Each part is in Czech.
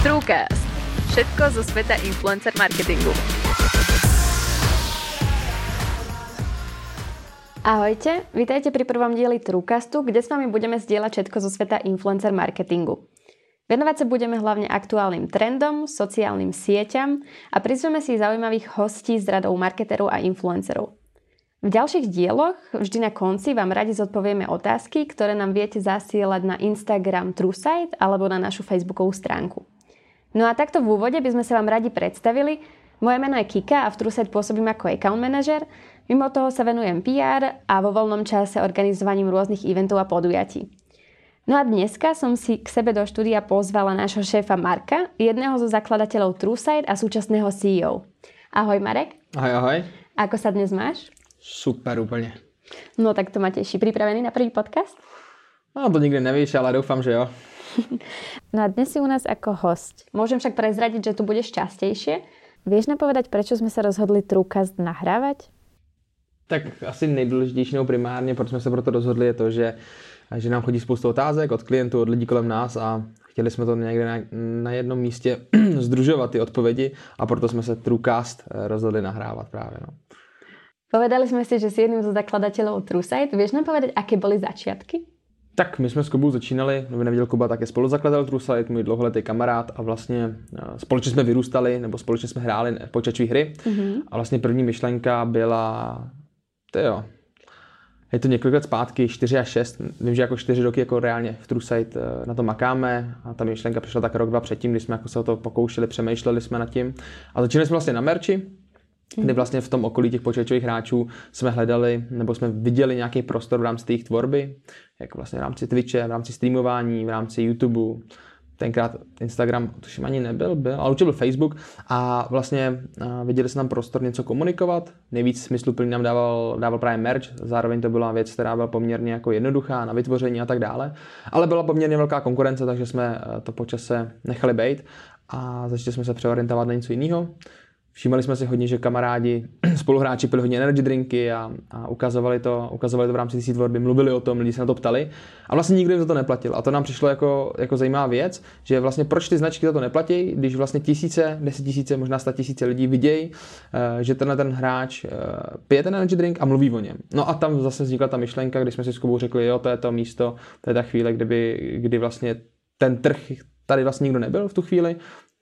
TrueCast. Všetko zo sveta influencer marketingu. Ahojte, vítajte pri prvom dieli TrueCastu, kde s vami budeme zdieľať všetko zo sveta influencer marketingu. Venovať sa budeme hlavne aktuálnym trendom, sociálnym sieťam a prizveme si zaujímavých hostí z radou marketerov a influencerov. V ďalších dieloch vždy na konci vám radi zodpovieme otázky, ktoré nám viete zasielať na Instagram TrueSight alebo na našu Facebookovú stránku. No a takto v úvode by sme sa vám radi predstavili. Moje meno je Kika a v TrueSight pôsobím ako account manažer. Mimo toho sa venujem PR a vo voľnom čase organizovaním rôznych eventov a podujatí. No a dneska som si k sebe do štúdia pozvala nášho šéfa Marka, jedného zo zakladateľov TrueSight a súčasného CEO. Ahoj Marek. Ahoj, ahoj. Ako sa dnes máš? Super, úplne. No tak to ma teší. Pripravený na prvý podcast? No to nikdy nevíš, ale doufám, že jo. No a dnes si u nás ako host. Môžem však prezradiť, že tu budeš častejšie. Vieš nám povedať, prečo sme sa rozhodli TrueCast nahrávať? Tak asi nejdůležitější primárně, proč jsme se proto rozhodli, je to, že nám chodí spoustu otázek od klientů, od lidí kolem nás a chtěli jsme to někde na jednom místě združovat ty odpovědi a proto jsme se TrueCast rozhodli nahrávat právě. No. Povedali sme si, že si jedným zo zakladateľov TrueSight. Vieš nám povedať, aké boli začiatky? Tak my jsme s Kubou začínali, kdo by neviděl, Kuba tak je spoluzakladatel TrueSight, můj dlouholetý kamarád a vlastně společně jsme vyrůstali, nebo společně jsme hráli počítačové hry a vlastně první myšlenka byla, je to několik let zpátky, 4 až 6, vím, že jako 4 roky jako reálně v TrueSight na to makáme a ta myšlenka přišla tak rok, dva předtím, když jsme jako se o to pokoušeli, přemýšleli jsme nad tím a začínali jsme vlastně na merči, kdy vlastně v tom okolí těch počítačových hráčů jsme hledali, nebo jsme viděli nějaký prostor v rámci jejich tvorby, jako vlastně v rámci Twitche, v rámci streamování, v rámci YouTube. Tenkrát Instagram tuším ani nebyl, ale určitě byl Facebook a vlastně viděli jsme tam prostor něco komunikovat. Nejvíc smysluplný nám dával právě merch, zároveň to byla věc, která byla poměrně jako jednoduchá na vytvoření a tak dále, ale byla poměrně velká konkurence, takže jsme to po čase nechali bejt a začali jsme se přeorientovat na něco jiného. Všímali jsme si hodně, že kamarádi, spoluhráči pili hodně energy drinky a ukazovali to v rámci té tvorby, mluvili o tom, lidi se na to ptali a vlastně nikdo jim za to neplatil. A to nám přišlo jako zajímavá věc, že vlastně proč ty značky za to neplatí, když vlastně tisíce, 10 000, možná 100 000 lidí vidějí, že ten hráč pije ten energy drink a mluví o něm. No a tam zase vznikla ta myšlenka, kdy jsme si s Kubou řekli, jo, to je to místo, to je ta chvíle, kdy vlastně ten trh tady vlastně nikdo nebyl v tu chvíli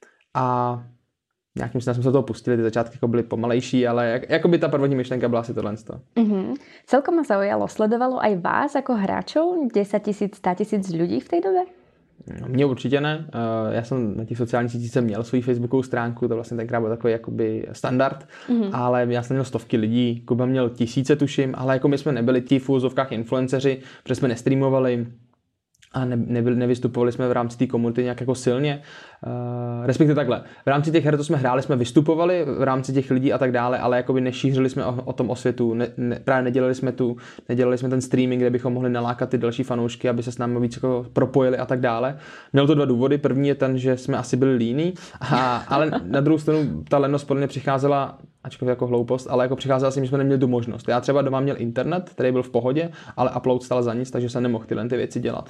a nějakým způsobem jsme se toho pustili, ty začátky jako byly pomalejší, ale jako by ta prvotní myšlenka byla asi tohle. Celkom ma zaujalo, sledovalo aj vás jako hráčov 10 000, 100 000 ľudí v té době? No, mě určitě ne. Já jsem na těch sociálních sítích měl svou facebookovou stránku, to vlastně tenkrát byl takový jakoby standard, ale já jsem měl stovky lidí, Kuba měl tisíce tuším, ale jako my jsme nebyli ti v úzovkách influenceři, protože jsme nestreamovali a nevystupovali jsme v rámci té komunity nějak jako silně. Respektive takhle. V rámci těch her, co jsme hráli, jsme vystupovali v rámci těch lidí a tak dále, ale jakoby nešířili jsme o tom osvětu. Právě nedělali jsme ten streaming, kde bychom mohli nalákat ty další fanoušky, aby se s námi víc jako propojili a tak dále. Mělo to dva důvody. První je ten, že jsme asi byli líní, ale na druhou stranu ta lenost podle mě přicházela, ačkoliv jako hloupost, ale jako přicházela si, že jsme neměli tu možnost. Já třeba doma měl internet, který byl v pohodě, ale upload stál za nic, takže jsem nemohl tyhle ty věci dělat.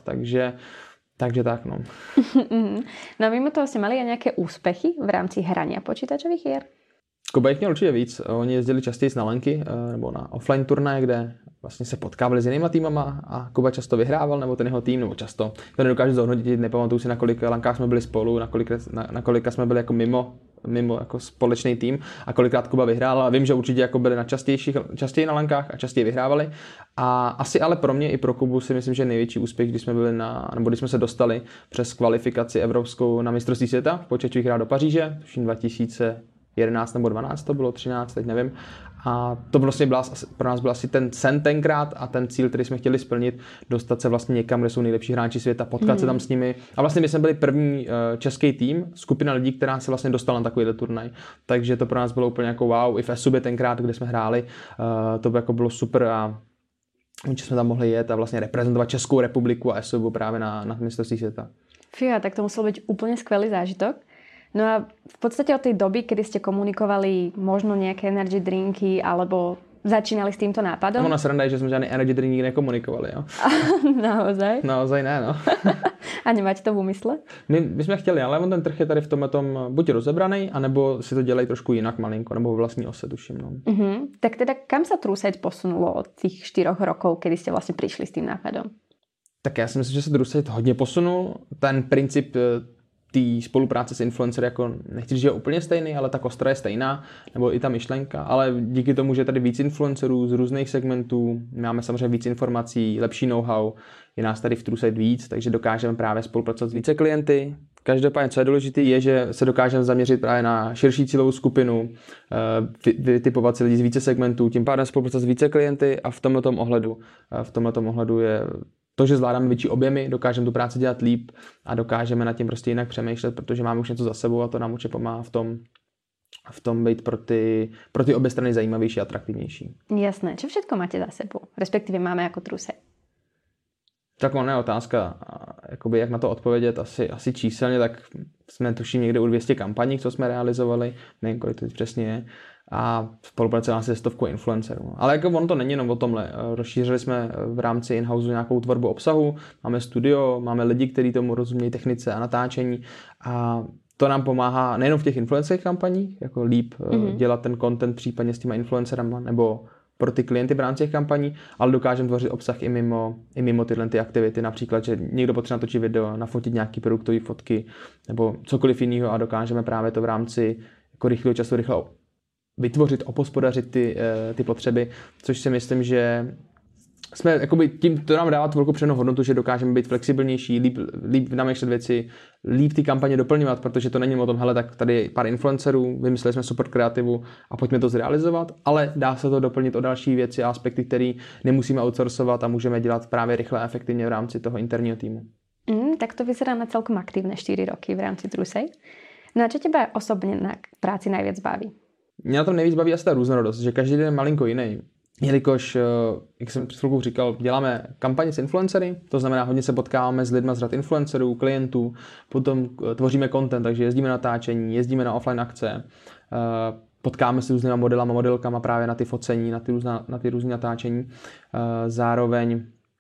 Takže tak, no. No mimo toho ste mali aj nejaké úspechy v rámci hrania počítačových hier? Kuba jich měl určitě víc. Oni jezdili častěji na lanky nebo na offline turnaje, kde vlastně se potkávali s jinýma týmama a Kuba často vyhrával, nebo ten jeho tým, nebo často. To nedokážu zhodnotit, nepamatuju si, na kolika lankách jsme byli spolu, na kolika jsme byli jako mimo jako společný tým a kolikrát Kuba vyhrál. A vím, že určitě jako byli častěji na lankách a častěji vyhrávali. A asi ale pro mě i pro Kubu si myslím, že největší úspěch, když jsme se dostali přes kvalifikaci evropskou na mistrovství světa v počítačových hrách do Paříže, tuším 2011 nebo 12 to bylo, 13, teď nevím. A to vlastně pro nás byl asi ten sen tenkrát a ten cíl, který jsme chtěli splnit, dostat se vlastně někam, kde jsou nejlepší hráči světa, potkat se tam s nimi. A vlastně my jsme byli první český tým, skupina lidí, která se vlastně dostala na takovýhle turnaj. Takže to pro nás bylo úplně jako wow. I v Esubě tenkrát, kde jsme hráli, to by jako bylo super a že jsme tam mohli jet a vlastně reprezentovat Českou republiku a Esubu právě na mistrovství světa. Fíha, tak to musel byť úplne skvelý zážitok. No a v podstate od tej doby, kedy ste komunikovali možno nejaké energy drinky alebo začínali s týmto nápadom? Ono sranda je, že jsme žádný energy drink nikdy nekomunikovali, jo. Naozaj? Naozaj ne, no. A nemáte to v úmysle? My jsme chtěli, ale on ten trh je tady v tomhletom buď rozebraný, anebo si to dělají trošku jinak malinko, nebo vlastní ose, tuším, no. Tak teda kam sa TrueSight posunulo od tých 4 rokov, kedy ste vlastne prišli s tým nápadom? Tak já si myslím, že se TrueSight hodně posunul. Ten princip té spolupráce s influencery, jako nechci říct, že je úplně stejný, ale ta kostra je stejná, nebo i ta myšlenka, ale díky tomu, že je tady víc influencerů z různých segmentů, máme samozřejmě víc informací, lepší know-how, je nás tady v TrueSight víc, takže dokážeme právě spolupracovat s více klienty. Každopádně, co je důležité, je, že se dokážeme zaměřit právě na širší cílovou skupinu, vytipovat si lidi z více segmentů, tím pádem spolupracovat s více klienty a v tomhletom ohledu je to, že zvládáme větší objemy, dokážeme tu práci dělat líp a dokážeme nad tím prostě jinak přemýšlet, protože máme už něco za sebou a to nám určitě pomáhá v tom být pro ty obě strany zajímavější a atraktivnější. Jasné. Čo všetko máte za sebou? Respektive máme jako TrueSight? Tak ona je otázka, jakoby jak na to odpovědět, asi číselně, tak jsme tuším někde u 200 kampaní, co jsme realizovali, nevím, kolik to přesně je, a spolupracujeme se 100 influencerů. Ale jako ono to není jenom o tomhle. Rozšířili jsme v rámci in-house nějakou tvorbu obsahu, máme studio, máme lidi, kteří tomu rozumějí technice a natáčení a to nám pomáhá nejenom v těch influencerských kampaních, jako líp dělat ten content případně s těma influencerama nebo pro ty klienty v rámci těch kampaní, ale dokážeme tvořit obsah i mimo tyhle ty aktivity, například, že někdo potřebuje natočit video, nafotit nějaký produktové fotky nebo cokoliv jiného a dokážeme právě to v rámci jako rychlého času rychle vytvořit, opospodařit ty potřeby, což si myslím, že jsme, jakoby, tím to nám dává tu velkou přednou hodnotu, že dokážeme být flexibilnější, líp namýšlet věci, líp ty kampaně doplňovat, protože to není o tom, hele, tak tady je pár influencerů, vymysleli jsme super kreativu a pojďme to zrealizovat, ale dá se to doplnit o další věci a aspekty, které nemusíme outsourcovat a můžeme dělat právě rychle a efektivně v rámci toho interního týmu. Tak to vyzerá na celkom aktívne 4 roky v rámci TrueSight. No a čo teba osobne na práci najviac baví? Mě na tom nejvíc baví asi ta různorodost, že každý den je malinko jiný. Jelikož, jak jsem před chvilkou říkal, děláme kampaně s influencery, to znamená, hodně se potkáváme s lidmi z řad influencerů, klientů, potom tvoříme content, takže jezdíme na natáčení, jezdíme na offline akce, potkáme se s různýma modelama, modelkama právě na ty focení, na ty různé natáčení. Zároveň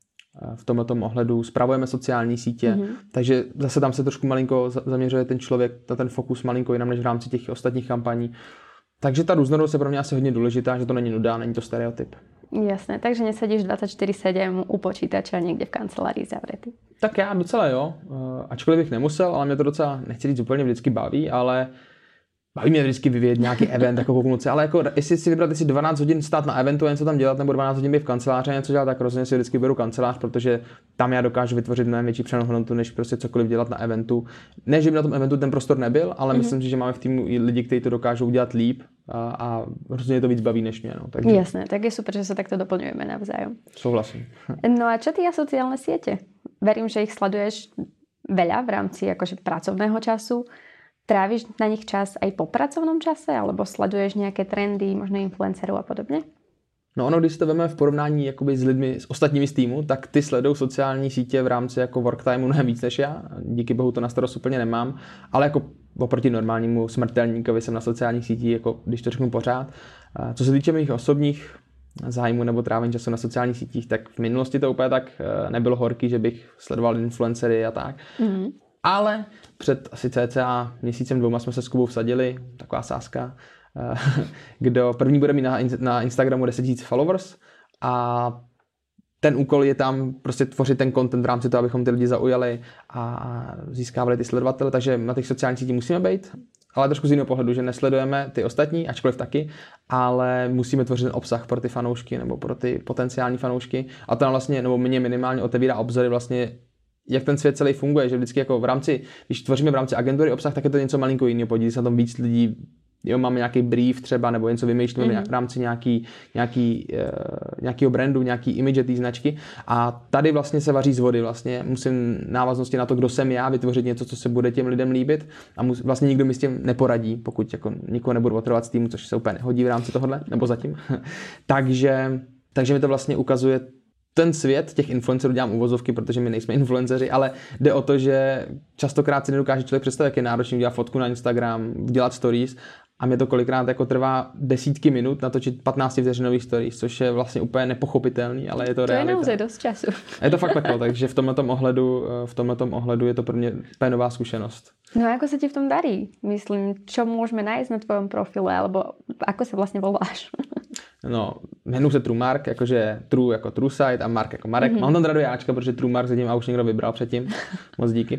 v tomto ohledu spravujeme sociální sítě, takže zase tam se trošku malinko zaměřuje ten člověk, ten fokus malinko jinam než v rámci těch ostatních kampaní. Takže ta různorodost je pro mě asi hodně důležitá, že to není nuda, není to stereotyp. Jasné, takže nesedíš 24/7 u počítača někde v kancelárii zavretý. Tak já docela jo, ačkoliv bych nemusel, ale mě to docela, nechci říct úplně vždycky baví, ale baví mě vždycky vyvíjet nějaký event, jako kouknout se, ale jako jestli si vybrat, jestli 12 hodin stát na eventu a něco tam dělat, nebo 12 hodin být v kanceláři a něco dělat, tak rozhodně si vždycky beru kancelář, protože tam já dokážu vytvořit mnohem větší přenos hodnotu, než prostě cokoliv dělat na eventu. Ne, že by na tom eventu ten prostor nebyl, ale myslím si, že máme v týmu i lidi, kteří to dokážou udělat líp a rozhodně to víc baví než mě. No. Takže... Jasné, tak je super, že se takto doplňujeme navzájem. Souhlasím. No a čo ty a sociálne siete? Verím, že ich sleduješ veľa v rámci akože pracovného času. Tráviš na nich čas aj po pracovnom čase, alebo sleduješ nějaké trendy, možná influencerů a podobně? No ono, když to veme v porovnání jakoby s lidmi, s ostatními z týmu, tak ty sledují sociální sítě v rámci jako work timeu mnohem víc než já. Díky bohu to na starost úplně nemám, ale jako oproti normálnímu smrtelníkovi jsem na sociálních sítích, jako když to řeknu pořád. Co se týče mých osobních zájmu nebo trávení času na sociálních sítích, tak v minulosti to úplně tak nebylo horký, že bych sledoval influencery a tak. Ale před asi cca měsícem 2 jsme se s Kubou vsadili, taková sázka, kdo první bude mít na Instagramu 10 000 followers a ten úkol je tam prostě tvořit ten content v rámci toho, abychom ty lidi zaujali a získávali ty sledovatele, takže na těch sociálních sítích musíme být, ale trošku z jiného pohledu, že nesledujeme ty ostatní, ačkoliv taky, ale musíme tvořit obsah pro ty fanoušky nebo pro ty potenciální fanoušky a to nám vlastně, nebo mě minimálně otevírá obzory vlastně, jak ten svět celý funguje, že vždycky jako v rámci, když tvoříme v rámci agentury obsah, tak je to něco malinko jiného, podílí se na tom víc lidí, jo, máme nějaký brief třeba, nebo něco vymýšlíme v rámci nějakého brandu, nějaký image té značky a tady vlastně se vaří z vody, vlastně musím návaznosti na to, kdo jsem já, vytvořit něco, co se bude těm lidem líbit a vlastně nikdo mi s tím neporadí, pokud jako nikoho nebudu otrovat z týmu, což se úplně nehodí v rámci tohohle, nebo zatím. takže mi to vlastně ukazuje ten svět těch influencerů, dělám uvozovky, protože my nejsme influenceři, ale jde o to, že častokrát si nedokáže člověk představit, jak je náročný dělat fotku na Instagram, dělat stories a mě to kolikrát jako trvá desítky minut natočit 15 vteřinový stories, což je vlastně úplně nepochopitelný, ale je to realita. To je naozaj dost času. Je to fakt peklo, takže v tomhletom ohledu je to pro mě úplně nová zkušenost. No a ako sa ti v tom darí? Myslím, čo môžeme nájsť na tvojom profile, alebo ako sa vlastne voláš? No, jmenuji se True Mark, jakože True jako True Site a Mark jako Marek. Mám tam radu jáčka, protože True Mark zatím a už někdo vybral předtím. Moc díky.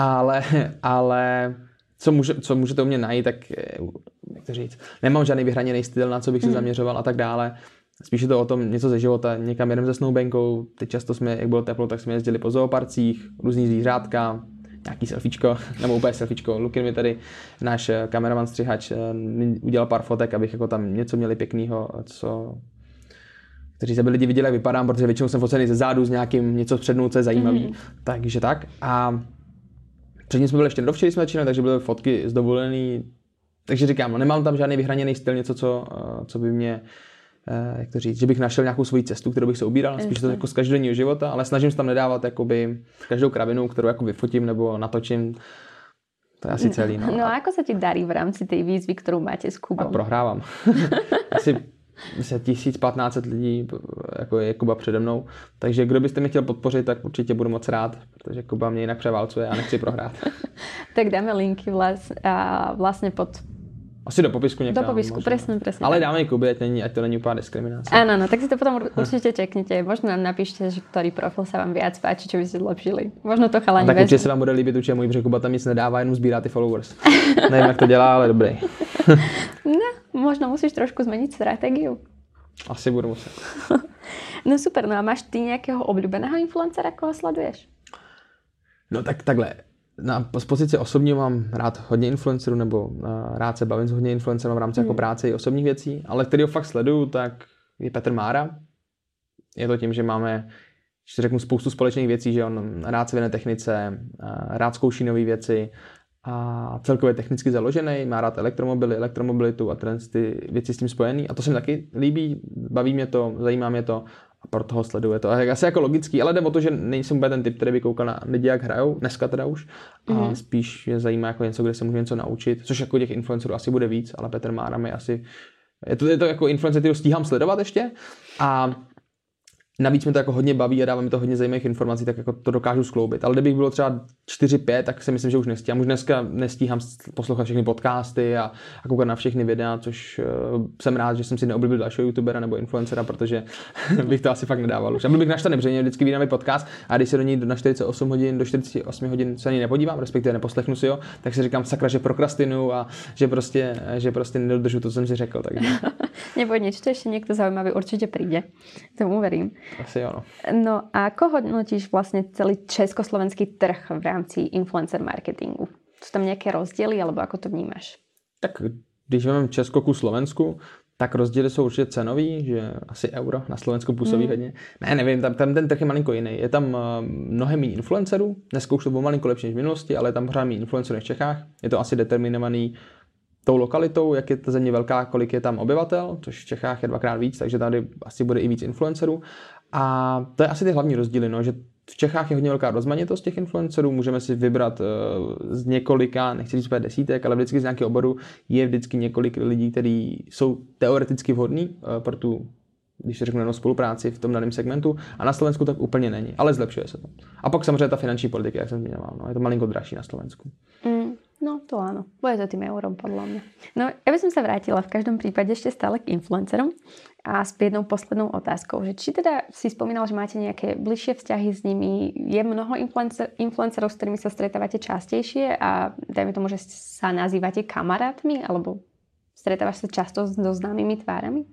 Ale co můžete u mě najít, tak jak to říct, nemám žádný vyhraněný styl, na co bych se zaměřoval a tak dále. Spíš je to o tom něco ze života, někam jedem se snowbankou, teď často jsme, jak bylo teplo, tak jsme jezdili po zooparcích, různý zvířátka, nějaký selfiečko, nebo úplně selfiečko. Lukin mi tady, náš kameraman střihač, udělal pár fotek, abych jako tam něco měli pěknýho, kteří se by lidi viděli, jak vypadám, protože většinou jsem focený ze zádu s nějakým něco přednou, co je zajímavý. Takže tak. A předtím jsme byli ještě dovčery jsme začínali, takže byly fotky z dovolený. Takže říkám, no, nemám tam žádný vyhraněný styl, něco, co by mě, jak to říct, že bych našel nějakou svoji cestu, kterou bych se ubíral, spíš to jako z každodenního života, ale snažím se tam nedávat jakoby každou kravinu, kterou jako vyfotím nebo natočím. To je asi celý. No, no a ako sa ti darí v rámci tej výzvy, ktorú máte s Kubou? A prohrávám. Asi 1500 lidí, jako je Kuba přede mnou, takže kdo byste mě chtěl podpořit, tak určitě budu moc rád, protože Kuba mě jinak převálcuje a nechci prohrát. Tak dáme linky vlastne pod... Asi do popisku někam. Do popisku, presne. Ale dáme i Kubě, ať to není úplná diskriminácia. Áno, tak si to potom určite čeknite. Možno nám napíšte, že ktorý profil sa vám viac páči, čo by ste zlepšili. Možno to chalani tak určitě se vám bude líbit určitě můj, protože Kuba tam nic nedává, jenom sbírá ty followers. Nevím, jak to dělá, ale dobrý. No, možno musíš trošku zmeniť stratégiu. Asi budu muset. No super, no a máš ty nějakého obľúbeného influencera, koho sleduješ? No tak takhle. Z pozice osobního mám rád hodně influencerů, nebo rád se bavím s hodně influencerů v rámci jako práce i osobních věcí, ale kterýho fakt sleduju, tak je Petr Mára. Je to tím, že máme, že řeknu, spoustu společných věcí, že on rád se věnuje technice, rád zkouší nové věci a celkově technicky založený, má rád elektromobilitu a ty věci s tím spojený a to se mi taky líbí, baví mě to, zajímá mě to a proto ho sleduje to. A asi jako logický, ale jde o to, že nejsem úplně ten typ, který by koukal na lidi, jak hrajou, dneska teda už, a spíš mě zajímá jako něco, kde se můžu něco naučit, což jako těch influencerů asi bude víc, ale Petr Mára mi asi, je to jako influencer, který ho stíhám sledovat ještě a navíc mě to jako hodně baví a dává mi to hodně zajímavých informací, tak jako to dokážu skloubit. Ale kdybych bylo třeba 4-5, tak si myslím, že už nestíhám. Už dneska nestíhám poslouchat všechny podcasty a koukat na všechny videa, což jsem rád, že jsem si neoblíbil dalšího youtubera nebo influencera, protože bych to asi fakt nedával už. A byl bych naštvaný, protože vždycky vydáme podcast a když se do něj na 48 hodin, do 48 hodin se ani nepodívám, respektive neposlechnu si ho, tak si říkám sakra, že prokrastinuju a že prostě nedodržu to, co jsem si řekl. Takže. Neboj nič, to ešte niekto zaujímavý určite príde. Tomu verím. Asi jo, no. No a ako hodnotíš vlastne celý československý trh v rámci influencer marketingu? Sú tam nejaké rozdiely, alebo ako to vnímaš? Tak když vezmeme Česko ku Slovensku, tak rozdíly jsou určitě cenový, že asi euro na Slovensku působí hodně. Ne, nevím, tam ten trh je malinko jiný. Je tam mnohem méně influencerů, dneska už to bylo malinko lepší než v minulosti, ale je tam pořád méně influencerů než v Čechách. Je to asi determinovaný tou lokalitou, jak je ta země velká, kolik je tam obyvatel, což v Čechách je 2x víc, takže tady asi bude i víc influencerů. A to je asi ty hlavní rozdíly, no, že v Čechách je hodně velká rozmanitost těch influencerů, můžeme si vybrat z několika, nechci říct desítek, ale vždycky z nějakého oboru je vždycky několik lidí, kteří jsou teoreticky vhodní pro tu, když se řeknu jenom spolupráci v tom daném segmentu, a na Slovensku tak úplně není, ale zlepšuje se to. A pak samozřejmě ta finanční politika, jak jsem zmiňoval, no, je to malinko dražší na Slovensku. No to áno, bude to tým eurom podľa mňa. No ja by som sa vrátila v každom prípade ešte stále k influencerom a s jednou poslednou otázkou, že či teda si spomínal, že máte nejaké bližšie vzťahy s nimi, je mnoho influencerov, s ktorými sa stretávate častejšie a dajme tomu, že sa nazývate kamarátmi, alebo stretávaš sa často so známymi tvárami?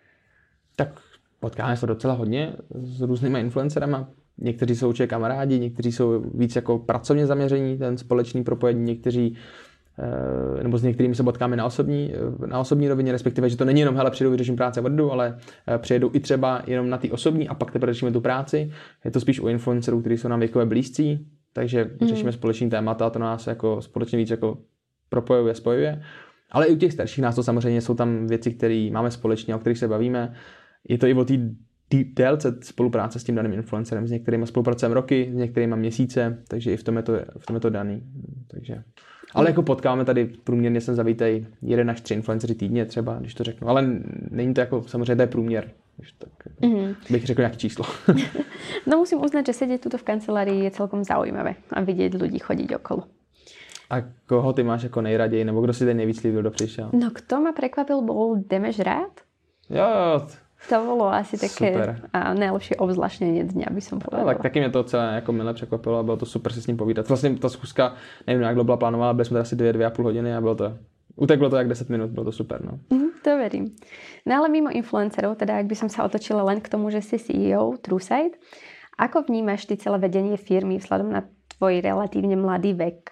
Tak potkáme se docela hodně s různýma influencerama. Někteří jsou určitě kamarádi, někteří jsou víc jako pracovně zaměření, ten společný propojení, někteří, nebo s některými se potkáme na osobní rovině, respektive, že to není jenom hele, přijedu, vyřeším práci a odjdu, ale přijedu i třeba jenom na té osobní a pak teprve řešíme tu práci. Je to spíš u influencerů, kteří jsou nám věkově blízcí, takže řešíme společný témata a to nás jako společně víc jako propojuje, spojuje. Ale i u těch starších nás to samozřejmě jsou tam věci, které máme společně, o kterých se bavíme. Je to i o té délce spolupráce s tím daným influencerem. S některými spolupracujeme roky, s některými měsíce, takže i v tom je to daný. Takže. Ale jako potkáme tady průměrně sem zavítají 1 až 3 influenceři týdně třeba, když to řeknu. Ale není to jako, samozřejmě to je průměr. Tak bych řekl nějaké číslo. No musím uznať, že sedieť tuto v kancelárii je celkom zaujímavé a vidieť ľudí chodiť okolo. A koho ty máš jako nejraději, nebo kdo si ten nejvíc líbil, kdo přišel? No kto ma prekvapil, bol Demeš Rád. Jo. To bolo asi také nejlepší obzvláštnenie dňa, by som povedala. No, tak taky mě to celé jako milé překvapilo a bylo to super si s ním povídat. Vlastně ta schůzka, nevím, jak byla plánovaná, byli jsme tady asi 2,5 hodiny a bylo to, uteklo to jak 10 minut, bylo to super. No. To verím. No ale mimo influencerov, teda ak by som sa otočila len k tomu, že si CEO TrueSight, ako vnímaš ty celé vedenie firmy vzhľadom na tvoj relatívne mladý vek?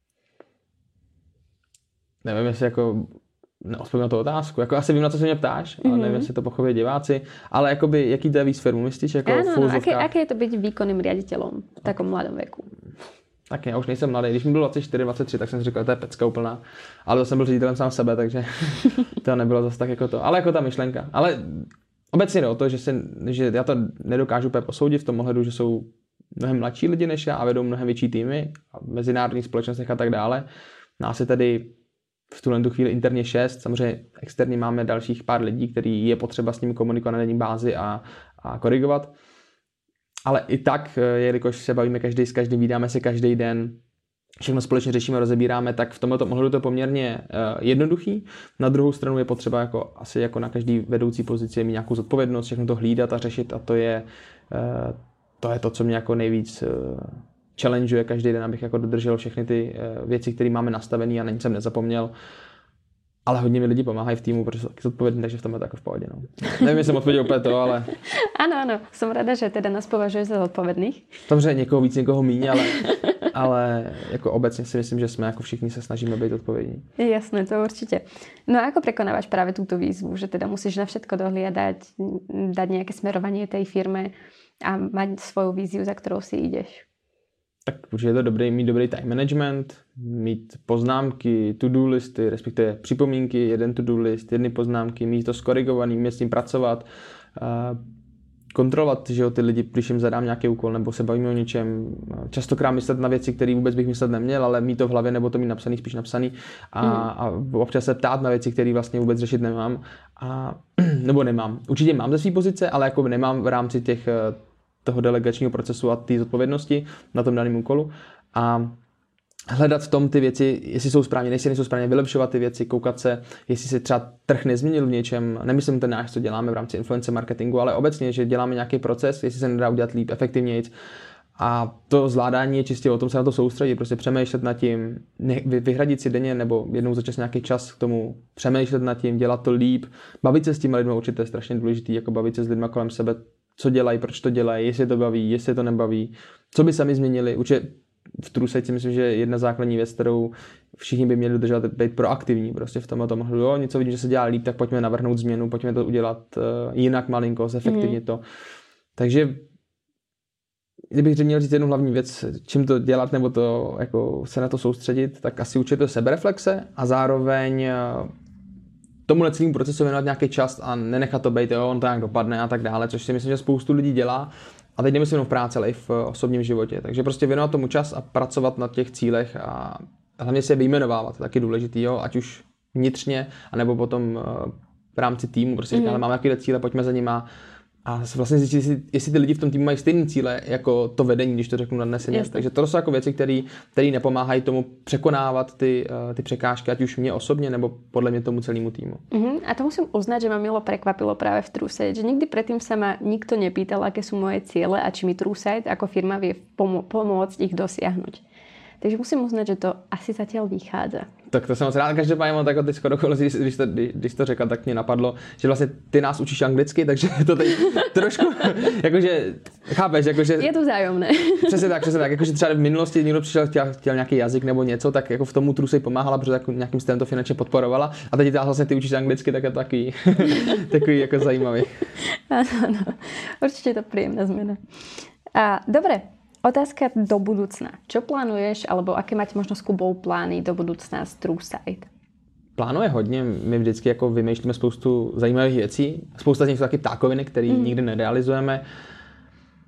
Nevím, jestli jako neodpovím na tu otázku. Jako asi vím, na co se mě ptáš, ale nevím, jestli to pochopí diváci. Ale jakoby, jaký to je víc firmu, myslíš? Jako áno, aké je to byť výkonným riaditeľom v takom mladom veku? Tak já už nejsem mladý. Když mi bylo 24, 23, tak jsem si říkal, to je pecka úplná. Ale to jsem byl ředitelem sám sebe, takže to nebylo zase tak jako to. Ale jako ta myšlenka. Ale obecně jde o to, že já to nedokážu úplně posoudit v tom ohledu, že jsou mnohem mladší lidi než já a vedou mnohem větší týmy a mezinárodních společnostech a tak dále. Nás je tady v tuhle chvíli interně 6, samozřejmě externě máme dalších pár lidí, který je potřeba s nimi komunikovat na denní bázi a korigovat. Ale i tak, jelikož se bavíme každý s každým, vídáme se každý den, všechno společně řešíme, rozebíráme, tak v tomto ohledu to poměrně jednoduchý. Na druhou stranu je potřeba jako, asi jako na každý vedoucí pozici mít nějakou zodpovědnost, všechno to hlídat a řešit a to je to, co mě jako nejvíc challengeuje každý den, abych jako dodržel všechny ty věci, které máme nastavené a na nic jsem nezapomněl. Ale hodně mi lidi pomáhají v týmu, protože jsou taky zodpovědní, takže v tom je to jako v pohodě. No. Nevím, jestli jsem odpověděl úplně to, ale... Áno, som rada, že teda nás považuješ za zodpovědných. Samozřejmě někoho víc, někoho míň, ale jako obecně si myslím, že jsme jako všichni se snažíme být odpovědní. Jasné, to určitě. No a ako prekonávaš práve túto výzvu, že teda musíš na všetko dohliadať, dať nejaké smerovanie tej firme a mať svoju víziu, za ktorou si ideš? Tak určitě je to mít dobrý time management, mít poznámky, to-do listy, respektive připomínky, jeden to-do list, jedny poznámky, mít to skorigovaný, mít s tím pracovat, kontrolovat, že jo, ty lidi, když jim zadám nějaký úkol nebo se bavíme o něčem, častokrát myslet na věci, které vůbec bych myslet neměl, ale mít to v hlavě nebo to mít napsaný, spíš napsaný a občas se ptát na věci, které vlastně vůbec řešit nemám nebo nemám. Určitě mám ze své pozice, ale jako nemám v rámci toho delegačního procesu a té zodpovědnosti na tom daném úkolu a hledat v tom ty věci, jestli jsou správně, nejsou správně, vylepšovat ty věci, koukat se, jestli se třeba trh nezměnil v něčem, nemyslím ten náš, co děláme v rámci influencer marketingu, ale obecně, že děláme nějaký proces, jestli se nedá udělat líp, efektivnějc. A to zvládání je čistě o tom se na to soustředit, prostě přemýšlet nad tím, vyhradit si denně nebo jednou za čas nějaký čas k tomu, přemýšlet nad tím, dělat to líp, bavit se s těmi lidmi, určitě je strašně důležitý, jako bavit se s lidmi kolem sebe, co dělají, proč to dělají, jestli to baví, jestli to nebaví, co by sami změnili. Určitě v TrueSight si myslím, že jedna základní věc, kterou všichni by měli dodržovat, být proaktivní prostě v tomhle tomu. Jo, něco vidím, že se dělá líp, tak pojďme navrhnout změnu, pojďme to udělat jinak malinko, zefektivnit to. Takže kdybych měl říct jednu hlavní věc, čím to dělat nebo to, jako se na to soustředit, tak asi určitě to sebereflexe a zároveň tomuhle celému procesu věnovat nějaký čas a nenechat to být, jo, on to nějak dopadne a tak dále, což si myslím, že spoustu lidí dělá. A teď nemyslím v práci, ale i v osobním životě. Takže prostě věnovat tomu čas a pracovat na těch cílech a hlavně se je vyjmenovávat, to je taky důležitý, jo, ať už vnitřně, anebo potom v rámci týmu, prostě říkáme, máme jakýhle cíle, pojďme za nima. A vlastně zjistit, jestli ty lidi v tom týmu mají stejné cíle jako to vedení, když to řeknu nadneseně. Takže to jsou jako věci, které nepomáhají tomu překonávat ty překážky, ať už mě osobně, nebo podle mě tomu celému týmu. A to musím uznať, že ma milo prekvapilo práve v TrueSight, že nikdy predtým sa ma nikto nepýtal, aké sú moje ciele a či mi TrueSight ako firma vie pomôcť ich dosiahnuť. Takže musím uznať, že to asi zatiaľ vychádza. Tak to jsem moc rád. Každopádně mám takhle teď skoro, když to řekla, tak mě napadlo, že vlastně ty nás učíš anglicky, takže to teď trošku, jakože, chápeš, jakože... Je to vzájomné. Přesně tak, jakože třeba v minulosti někdo přišel, chtěl nějaký jazyk nebo něco, tak jako v tomu TrueSight pomáhala, protože tak nějakým stylem to finančně podporovala a teď vlastně ty učíš anglicky, tak je to takový jako zajímavý. Ano, určitě to príjemná zmena. A dobre. Otázka do budúcna. Čo plánuješ, alebo aké máte možno s Kubou plány do budúcna z TrueSight? Plánuje hodně, my vždycky jako vymýšlíme spoustu zajímavých věcí. Spousta z nich jsou taky ptákoviny, které nikdy nerealizujeme.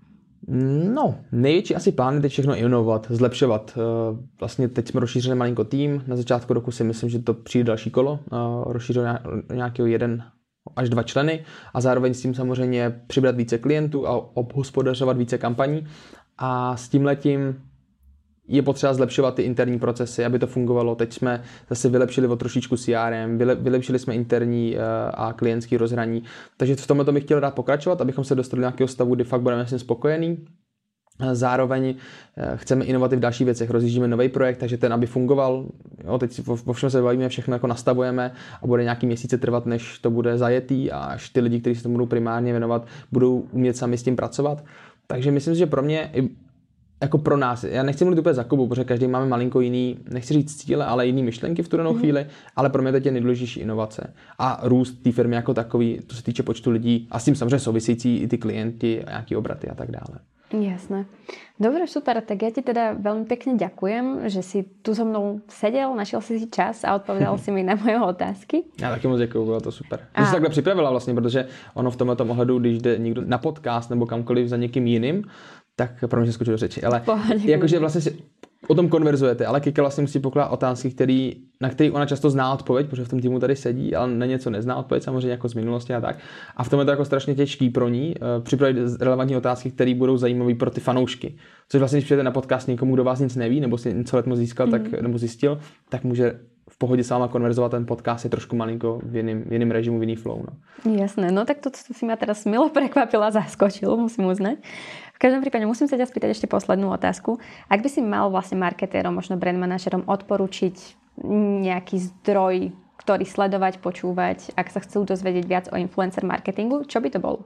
No, největší asi plán je teď všechno inovovat, zlepšovat. Vlastně teď jsme rozšířili malinko tým. Na začátku roku si myslím, že to přijde další kolo. Rozšířil nějakého 1 až 2 členy a zároveň s tím samozřejmě přibrat více klientů a obhospodařovat více kampaní. A s tímhletím je potřeba zlepšovat ty interní procesy, aby to fungovalo. Teď jsme zase vylepšili o trošičku CRM, vylepšili jsme interní a klientský rozhraní. Takže v tomhle bych chtěl dát pokračovat, abychom se dostali do nějakého stavu, kdy fakt budeme s tím spokojení. Zároveň chceme inovat i v dalších věcech. Rozjíždíme nový projekt, takže ten, aby fungoval. Jo, teď o všem se bavíme, všechno jako nastavujeme a bude nějaký měsíce trvat, než to bude zajetý a až ty lidi, kteří se tomu budou primárně věnovat, budou umět sami s tím pracovat. Takže myslím si, že pro mě jako pro nás, já nechci mluvit úplně za Kubu, protože každý máme malinko jiný, nechci říct cíle, ale jiný myšlenky v tu danou chvíli, ale pro mě teď je nejdůležitější inovace a růst té firmy jako takový, to se týče počtu lidí a s tím samozřejmě související i ty klienti a nějaký obraty a tak dále. Jasné. Dobre, super, tak ja ti teda veľmi pekne ďakujem, že si tu so mnou sedel, našiel si čas a odpovedal si mi na moje otázky. Já taky moc děkuju, bylo to super. Že jsi takhle připravila vlastně, protože ono v tomto ohledu, když jde někdo na podcast nebo kamkoliv za někým jiným, tak pro mě skočil do řeči, ale jakože vlastně si o tom konverzujete, ale Kika vlastně musí pokládat otázky, na které ona často zná odpověď, protože v tom týmu tady sedí, ale na něco nezná odpověď, samozřejmě jako z minulosti a tak. A v tom je to jako strašně těžký pro ní připravit relevantní otázky, které budou zajímavé pro ty fanoušky. Což vlastně, když přijete na podcast někomu, kdo vás nic neví, nebo si něco letmo získal, nebo zjistil, tak může v pohodě s váma konverzovat, ten podcast je trošku malinko v jiném režimu, v jiný flow. No. Jasné, no tak to si ma teraz milo prekvapila a zaskočil, musím uznať. V každom prípade musím sa ťa spýtať ešte poslednú otázku. Ak by si mal vlastne marketérom, možno brand manažerom odporučiť nejaký zdroj, ktorý sledovať, počúvať, ak sa chcú dozvedieť viac o influencer marketingu, čo by to bolo?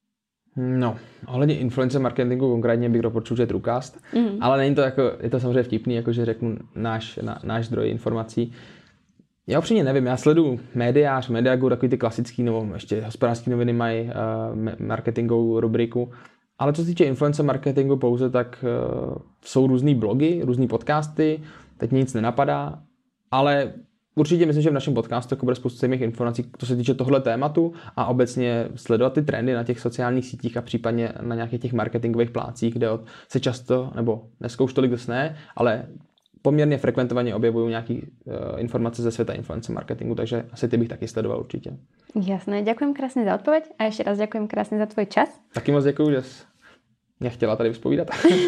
No, ohledně influencer marketingu konkrétně bych doporučil, že Trucast, ale není to jako, je to samozřejmě vtipný, jakože řeknu náš zdroj informací. Já upřímně nevím, já sleduju Mediagu, takový ty klasický, nebo ještě Hospodářské noviny mají marketingovou rubriku, ale co se týče influencer marketingu pouze, tak jsou různý blogy, různý podcasty, teď nic nenapadá, ale určitě myslím, že v našem podcastu bude spoustu zajímavých informací, co se týče tohle tématu a obecně sledovat ty trendy na těch sociálních sítích a případně na nějakých těch marketingových plácích, kde se často, nebo dneska už tolik dost ne, ale poměrně frekventovaně objevují nějaké informace ze světa influencer marketingu, takže asi ty bych taky sledoval určitě. Jasné, ďakujem krásne za odpoveď a ešte raz ďakujem krásne za tvoj čas. Taky moc děkuju, že jsi mě chtěla tady vyspovídat.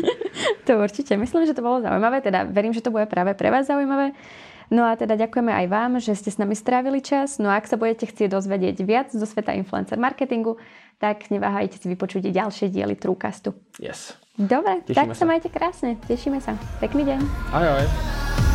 To určite, myslím, že to bolo zaujímavé, teda verím, že to bude práve pre vás zaujímavé. No a teda ďakujeme aj vám, že ste s nami strávili čas. No a ak sa budete chcieť dozvedieť viac zo sveta influencer marketingu, tak neváhajte si vypočuť ďalšie diely Trucastu. Yes. Dobre, Tešíme tak sa majte krásne. Tešíme sa. Pekný deň. Ahoj.